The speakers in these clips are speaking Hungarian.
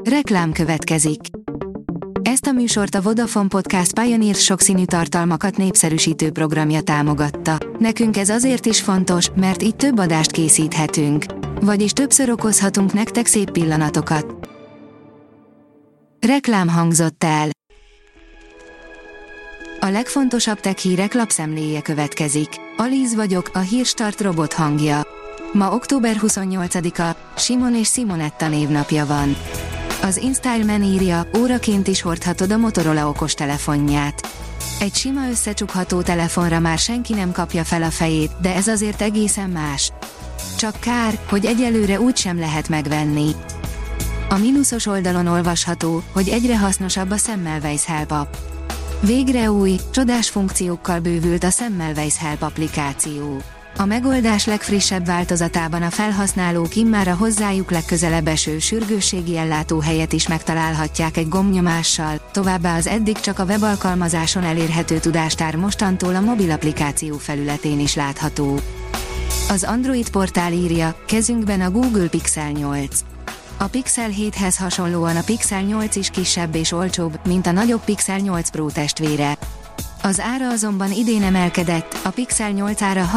Reklám következik. Ezt a műsort a Vodafone Podcast Pioneer sokszínű tartalmakat népszerűsítő programja támogatta. Nekünk ez azért is fontos, mert így több adást készíthetünk. Vagyis többször okozhatunk nektek szép pillanatokat. Reklám hangzott el. A legfontosabb tech hírek lapszemléje következik. Alíz vagyok, a Hírstart robot hangja. Ma október 28-a, Simon és Simonetta névnapja van. Az InStyleman írja, óraként is hordhatod a Motorola okostelefonját. Egy sima összecsukható telefonra már senki nem kapja fel a fejét, de ez azért egészen más. Csak kár, hogy egyelőre úgysem lehet megvenni. A mínuszos oldalon olvasható, hogy egyre hasznosabb a Semmelweis Help app. Végre új, csodás funkciókkal bővült a Semmelweis Help applikáció. A megoldás legfrissebb változatában a felhasználók immár a hozzájuk legközelebb eső sürgősségi ellátóhelyet is megtalálhatják egy gombnyomással, továbbá az eddig csak a webalkalmazáson elérhető tudástár mostantól a mobil applikáció felületén is látható. Az Android portál írja, kezünkben a Google Pixel 8. A Pixel 7-hez hasonlóan a Pixel 8 is kisebb és olcsóbb, mint a nagyobb Pixel 8 Pro testvére. Az ára azonban idén emelkedett, a Pixel 8 ára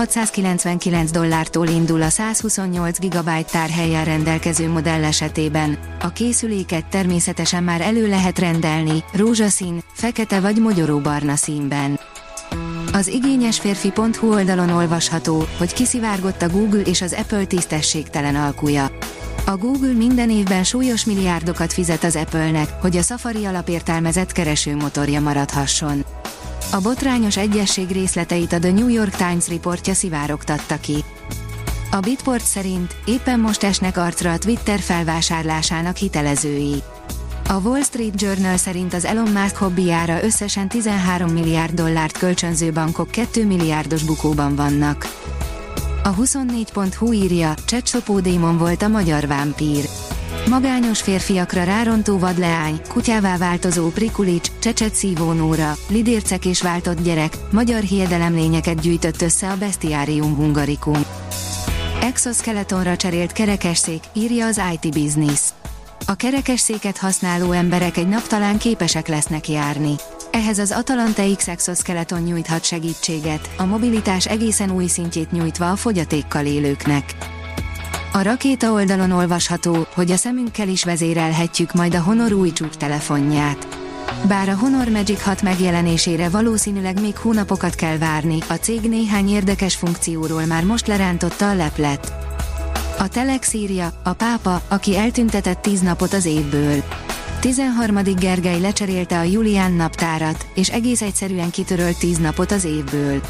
$699 indul a 128 GB tárhellyel rendelkező modell esetében, a készüléket természetesen már elő lehet rendelni, rózsaszín, fekete vagy mogyoróbarna színben. Az igényesférfi.hu oldalon olvasható, hogy kiszivárgott a Google és az Apple tisztességtelen alkuja. A Google minden évben súlyos milliárdokat fizet az Apple-nek, hogy a Safari alapértelmezett keresőmotorja maradhasson. A botrányos egyezség részleteit a The New York Times riportja szivárogtatta ki. A Bitport szerint éppen most esnek arcra a Twitter felvásárlásának hitelezői. A Wall Street Journal szerint az Elon Musk hobbijára összesen $13 milliárd kölcsönző bankok 2 milliárdos bukóban vannak. A 24.hu írja, Csetszopó démon volt a magyar vámpír. Magányos férfiakra rárontó vadleány, kutyává változó Prikulics, Csecset szívó Nóra, lidércek és váltott gyerek, magyar hiedelemlényeket gyűjtött össze a Bestiarium Hungaricum. Exoskeletonra cserélt kerekesszék, írja az IT Business. A kerekesszéket használó emberek egy nap talán képesek lesznek járni. Ehhez az Atalanta X exoskeleton nyújthat segítséget, a mobilitás egészen új szintjét nyújtva a fogyatékkal élőknek. A rakéta oldalon olvasható, hogy a szemünkkel is vezérelhetjük majd a Honor új csúcstelefonját. Bár a Honor Magic 6 megjelenésére valószínűleg még hónapokat kell várni, a cég néhány érdekes funkcióról már most lerántotta a leplet. A Telex írja, a pápa, aki eltüntetett 10 napot az évből. 13. Gergely lecserélte a Julián naptárat, és egész egyszerűen kitörölt 10 napot az évből.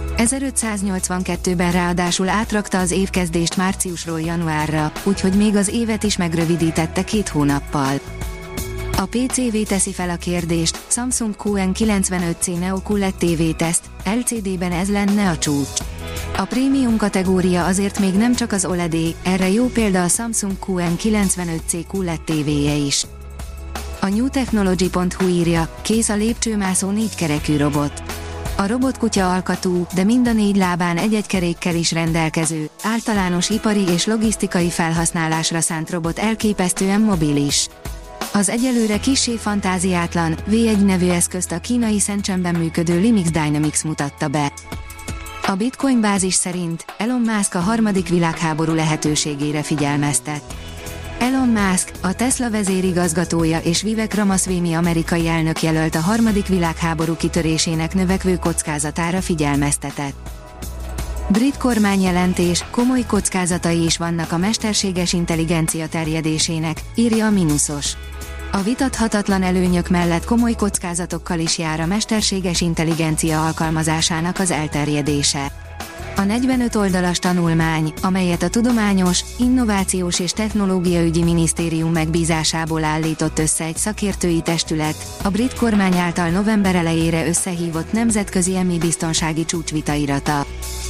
1582-ben ráadásul átrakta az évkezdést márciusról januárra, úgyhogy még az évet is megrövidítette 2 hónappal. A PCV teszi fel a kérdést, Samsung QN95C Neo QLED TV teszt, LCD-ben ez lenne a csúcs. A prémium kategória azért még nem csak az OLED-é, erre jó példa a Samsung QN95C QLED TV-je is. A newtechnology.hu írja, kész a lépcsőmászó 4 kerekű robot. A robotkutya alkatú, de mind a 4 lábán egy-egy kerékkel is rendelkező, általános ipari és logisztikai felhasználásra szánt robot elképesztően mobilis. Az egyelőre kissé fantáziátlan, V1 nevű eszközt a kínai Shenzhenben működő Limix Dynamics mutatta be. A Bitcoin bázis szerint Elon Musk a harmadik világháború lehetőségére figyelmeztet. Elon Musk, a Tesla vezérigazgatója és Vivek Ramaswamy amerikai elnökjelölt a harmadik világháború kitörésének növekvő kockázatára figyelmeztetett. Brit kormányjelentés, komoly kockázatai is vannak a mesterséges intelligencia terjedésének, írja a Minusos. A vitathatatlan előnyök mellett komoly kockázatokkal is jár a mesterséges intelligencia alkalmazásának az elterjedése. A 45 oldalas tanulmány, amelyet a Tudományos, Innovációs és Technológiaügyi Minisztérium megbízásából állított össze egy szakértői testület, a brit kormány által november elejére összehívott nemzetközi EMI biztonsági csúcsvitairata.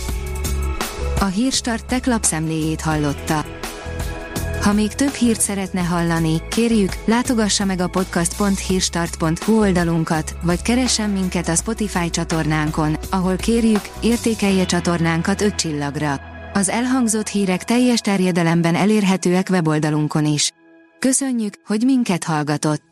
A Hírstart Tech lapszemléjét hallotta. Ha még több hírt szeretne hallani, kérjük, látogassa meg a podcast.hírstart.hu oldalunkat, vagy keressen minket a Spotify csatornánkon, ahol kérjük, értékelje csatornánkat 5 csillagra. Az elhangzott hírek teljes terjedelemben elérhetőek weboldalunkon is. Köszönjük, hogy minket hallgatott!